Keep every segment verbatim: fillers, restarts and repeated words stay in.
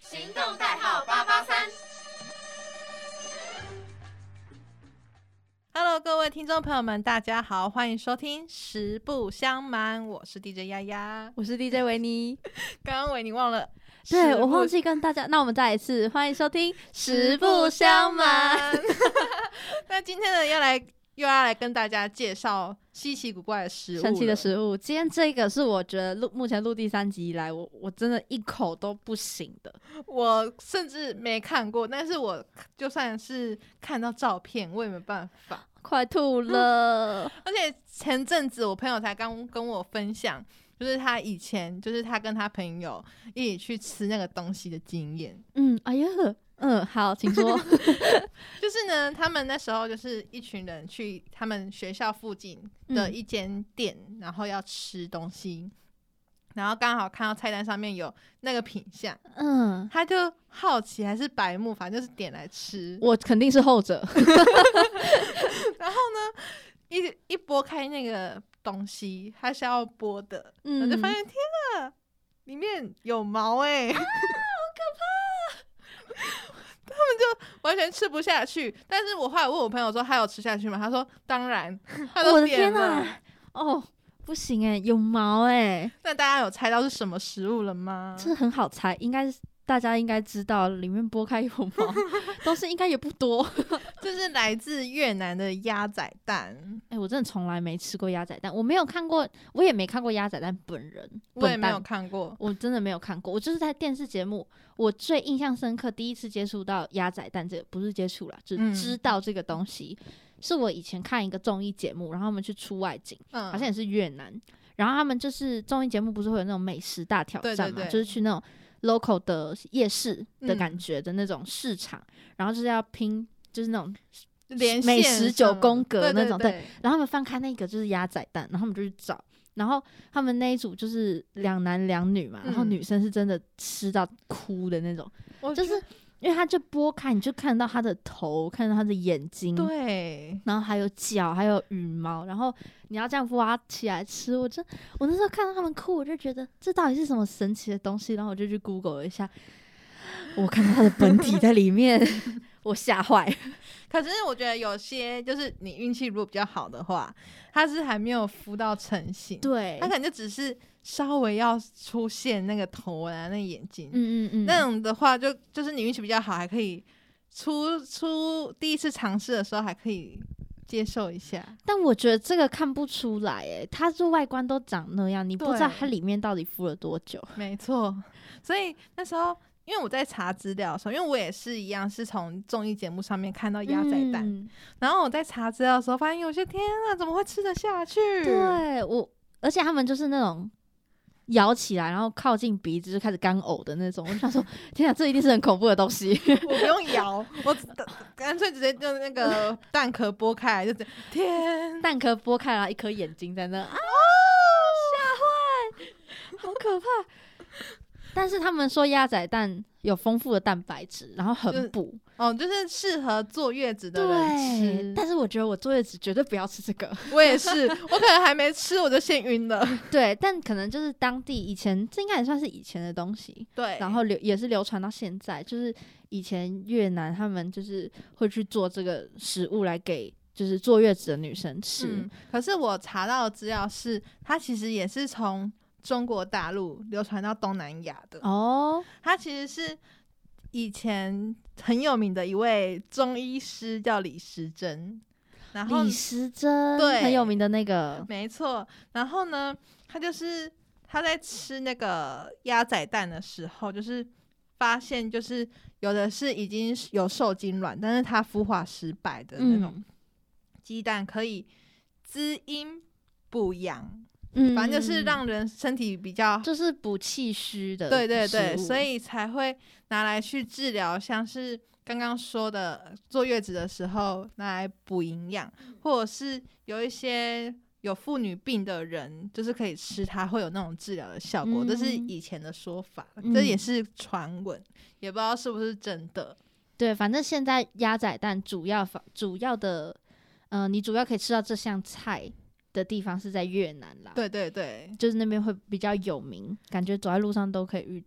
行动代号八八三。Hello， 各位听众朋友们，大家好，欢迎收听实不相瞒，我是 D J 丫丫， 我是 D J 维尼。 刚刚维尼忘了， 对我忘记跟大家，那我们再一次欢迎收听实不相瞒。 那今天呢，要来又要来跟大家介绍稀奇古怪的食物， 神奇的食物。今天这个是我觉得录目前录第三集以来，我我真的一口都不行的。 我甚至没看过，但是我就算是看到照片，我也没办法。 快吐了、嗯！ 而且前阵子我朋友才刚跟我分享，就是他以前就是他跟他朋友一起去吃那个东西的经验。 嗯，哎呀，嗯，好，请说。 就是呢，他们那时候就是一群人去他们学校附近的一间店、嗯，然后要吃东西。然后刚好看到菜单上面有那个品项，嗯，他就好奇还是白目，反正就是点来吃。 我肯定是后者。 然后呢，一一剥开那个东西，它是要剥的，嗯、我就发现天啊，里面有毛哎、欸，啊，好可怕！他们就完全吃不下去。但是我后来问我朋友说，他有吃下去吗？他说当然，他都点了。 我的天啊！哦。不行哎、欸，有毛哎、欸！ 那大家有猜到是什么食物了吗？ 这很好猜，应该是大家应该知道，里面剥开有毛，东西应该也不多。 这是来自越南的鸭仔蛋。 哎、欸，我真的从来没吃过鸭仔蛋，我没有看过，我也没看过鸭仔蛋本人， 我也没有看过， 我真的没有看过。我就是在电视节目，我最印象深刻，第一次接触到鸭仔蛋，这个不是接触啦，就是知道这个东西。嗯，是我以前看一个综艺节目，然后他们去出外景、嗯，好像也是越南，然后他们就是综艺节目不是会有那种美食大挑战嘛，对对对，就是去那种 local 的夜市的感觉的那种市场、嗯，然后就是要拼，就是那种美食九宫格那种，对，对，对，对，然后他们翻开那个就是鸭仔蛋，然后他们就去找，然后他们那一组就是两男两女嘛、嗯，然后女生是真的吃到哭的那种，就是。因为它就剥开，你就看到它的头，看到它的眼睛， 对， 然后还有脚，还有羽毛，然后你要这样挖起来吃。我就我那时候看到他们哭，我就觉得这到底是什么神奇的东西，然后我就去 Google 了一下，我看到它的本体在里面，我吓坏。 可是我觉得有些就是你运气如果比较好的话，它是还没有孵到成型， 对， 它可能就只是稍微要出现那个头啊，那个眼睛， 嗯嗯嗯， 那种的话就就是你运气比较好，还可以出出第一次尝试的时候还可以接受一下。 但我觉得这个看不出来，哎，它就外观都长那样，你不知道它里面到底孵了多久。 没错，所以那时候。因为我在查资料的时候，因为我也是一样是从综艺节目上面看到鸭仔蛋、嗯，然后我在查资料的时候发现有些天啊，怎么会吃得下去？ 对我，而且他们就是那种咬起来，然后靠近鼻子就开始干呕的那种。我就想说，天啊，这一定是很恐怖的东西。 我不用咬，我干脆直接用那个蛋壳剥开来，就天， 蛋壳剥开，然后一颗眼睛在那，啊，嚇壞，好可怕。但是他们说鸭仔蛋有丰富的蛋白质，然后很补、就是、 哦，就是适合坐月子的人吃。 但是我觉得我坐月子绝对不要吃这个。 我也是，我可能还没吃我就先晕了。 对，但可能就是当地以前，这应该也算是以前的东西。 对， 然后流也是流传到现在，就是以前越南他们就是会去做这个食物来给就是坐月子的女生吃。 嗯、可是我查到的资料是，它其实也是从中国大陆流传到东南亚的哦， 他其实是以前很有名的一位中医师，叫李时珍。然后李时珍对很有名的那个， 没错。然后呢，他就是他在吃那个鸭仔蛋的时候，就是发现就是有的是已经有受精卵，但是它孵化失败的那种鸡蛋，可以滋阴补阳。嗯，反正就是让人身体比较， 就是补气虚的， 对对对，所以才会拿来去治疗，像是刚刚说的坐月子的时候拿来补营养，或者是有一些有妇女病的人，就是可以吃它会有那种治疗的效果，这、嗯、是以前的说法，嗯、这也是传闻，也不知道是不是真的。 对，反正现在鸭仔蛋主要主要的，呃，你主要可以吃到这项菜的地方是在越南啦， 对对对， 就是那边会比较有名，感觉走在路上都可以遇到。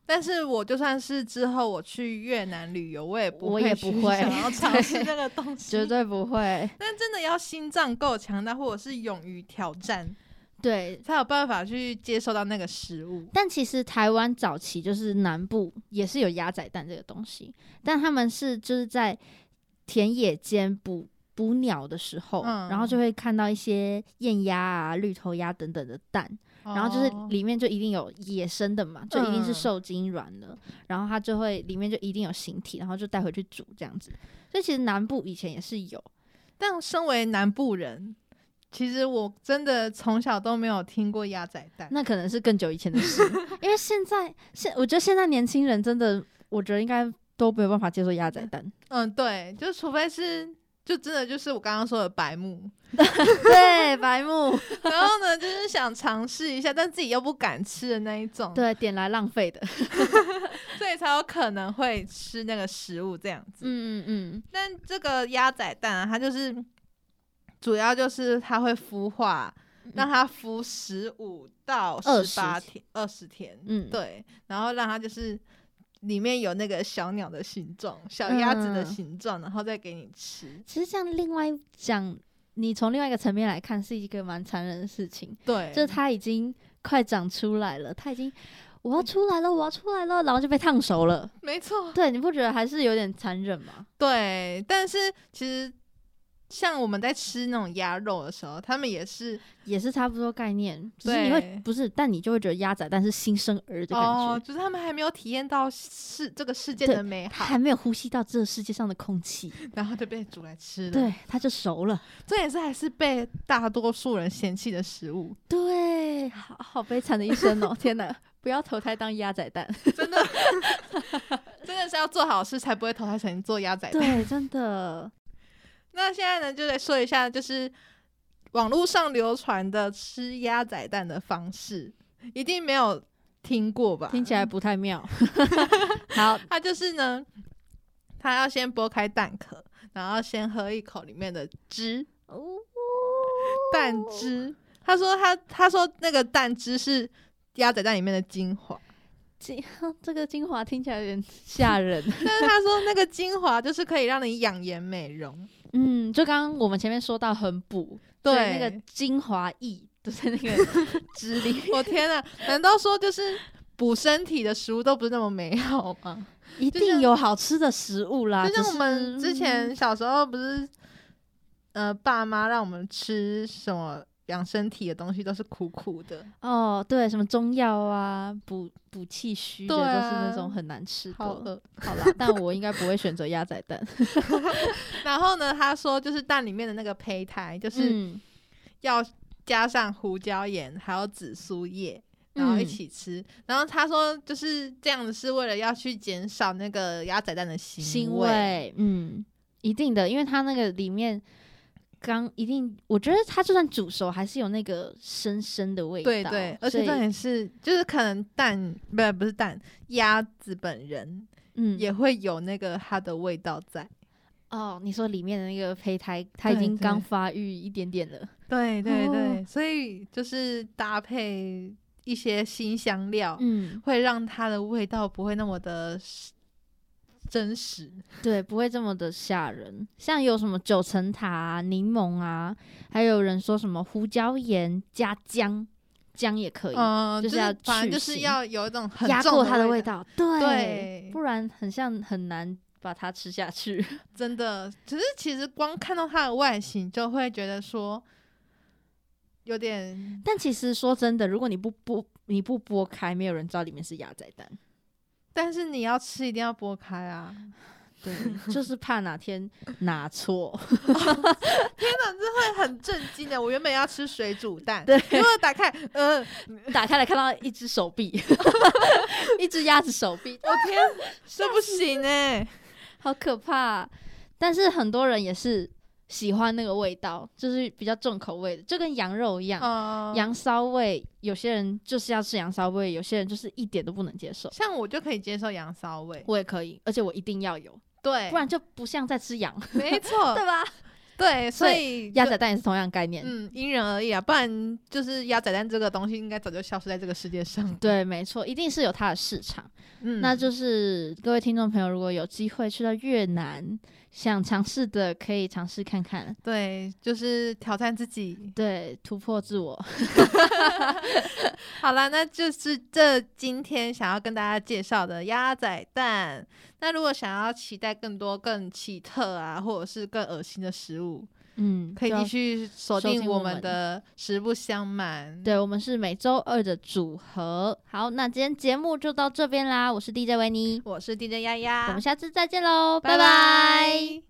但是我就算是之后我去越南旅游，我也不会我也不会想要尝试那个东西， 绝对不会。 但真的要心脏够强大，或者是勇于挑战， 对， 才有办法去接受到那个食物。 但其实台湾早期就是南部也是有鸭仔蛋这个东西，但他们是就是在田野间捕捕鸟的时候、嗯，然后就会看到一些燕鸭啊、绿头鸭等等的蛋。然后就是里面就一定有野生的嘛，就一定是受精卵的、嗯，然后它就会里面就一定有形体，然后就带回去煮这样子。所以其实南部以前也是有， 但身为南部人，其实我真的从小都没有听过鸭仔蛋。 那可能是更久以前的事，因为现在现我觉得现在年轻人真的，我觉得应该都没有办法接受鸭仔蛋。 嗯，对，就除非是。就真的就是我刚刚说的白目对，白目然后呢就是想尝试一下但自己又不敢吃的那一种， 对，点来浪费的所以才有可能会吃那个食物这样子。 嗯嗯嗯。 但这个鸭仔蛋啊，它就是主要就是它会孵化，让它孵十五到十八天二十天，嗯，对，然后让它就是里面有那个小鸟的形状，小鸭子的形状、嗯，然后再给你吃。 其实这样另外讲，你从另外一个层面来看，是一个蛮残忍的事情。 对， 就是它已经快长出来了，它已经我要出来了，我要出来了，然后就被烫熟了。 没错， 对，你不觉得还是有点残忍吗？ 对，但是其实。像我们在吃那种鸭肉的时候，他们也是也是差不多概念，只是你会不是，但你就会觉得鸭仔蛋是新生儿的感觉， 哦，就是他们还没有体验到世这个世界的美好， 还没有呼吸到这个世界上的空气， 然后就被煮来吃了， 对，它就熟了。 这也是还是被大多数人嫌弃的食物， 对，好好悲惨的一生哦！天哪，不要投胎当鸭仔蛋， 真的，真的是要做好事才不会投胎成做鸭仔蛋， 对，真的。 那现在呢，就来说一下，就是网络上流传的吃鸭仔蛋的方式，一定没有听过吧？ 听起来不太妙。好， 它就是呢，它要先剥开蛋壳，然后先喝一口里面的汁，哦、蛋汁。他说他他说那个蛋汁是鸭仔蛋里面的精华。 精这个精华听起来有点吓人， 但是他说那个精华就是可以让你养颜美容。 嗯，就刚刚我们前面说到很补，对，那个精华液都在那个汁里。 我天哪，难道说就是补身体的食物都不是那么美好吗？ 一定有好吃的食物啦， 就像我们之前小时候不是，呃，爸妈让我们吃什么养身体的东西都是苦苦的哦，对，什么中药啊，补补气虚的、啊、都是那种很难吃的。 好饿， 好啦，但我应该不会选择鸭仔蛋。 然后呢，他说就是蛋里面的那个胚胎，就是要加上胡椒盐还有紫苏叶，然后一起吃。嗯、然后他说就是这样子是为了要去减少那个鸭仔蛋的腥味。 味，嗯，一定的，因为它那个里面。刚一定，我觉得它就算煮熟，还是有那个深深的味道。 对对，而且这也是，就是可能蛋不是不是蛋，鸭子本人，嗯，也会有那个它的味道在。 哦，你说里面的那个胚胎，它已经刚发育一点点了。 对对对，哦、所以就是搭配一些辛香料，嗯，会让它的味道不会那么的。真实， 对，不会这么的吓人。像有什么九层塔啊、柠檬啊，还有人说什么胡椒盐加姜，姜也可以，嗯、就是要去腥， 反正就是要有一种很压过它的味道， 道，对， 对， 不然很像很难把它吃下去。 真的，只是其实光看到它的外形就会觉得说有点， 但其实说真的，如果你不剥你不剥开，没有人知道里面是鸭仔蛋。 但是你要吃一定要剥开啊， 对，就是怕哪天拿错。哦、 天哪，这会很震惊的。我原本要吃水煮蛋，对，结果打开，呃， 打开来看到一只手臂，一只鸭子手臂， 我天，这不行哎、欸， 好可怕。但是很多人也是喜欢那个味道，就是比较重口味的，就跟羊肉一样，嗯、羊骚味，有些人就是要吃羊骚味，有些人就是一点都不能接受。 像我就可以接受羊骚味， 我也可以，而且我一定要有， 对， 不然就不像在吃羊， 没错， 对吧？ 对，所以鸭仔蛋也是同样的概念。 嗯，因人而异啊，不然就是鸭仔蛋这个东西应该早就消失在这个世界上。 对，没错，一定是有它的市场。 嗯， 那就是各位听众朋友，如果有机会去到越南，想尝试的可以尝试看看。 对，就是挑战自己， 对，突破自我。 好啦，那就是这今天想要跟大家介绍的鸭仔蛋。那如果想要期待更多更奇特啊，或者是更恶心的食物， 嗯， 可以继续锁定我们们的实不相瞒。 对，我们是每周二的组合。好，那今天节目就到这边啦。我是 D J 维尼， 我是 D J 丫丫， 我们下次再见喽，拜拜拜。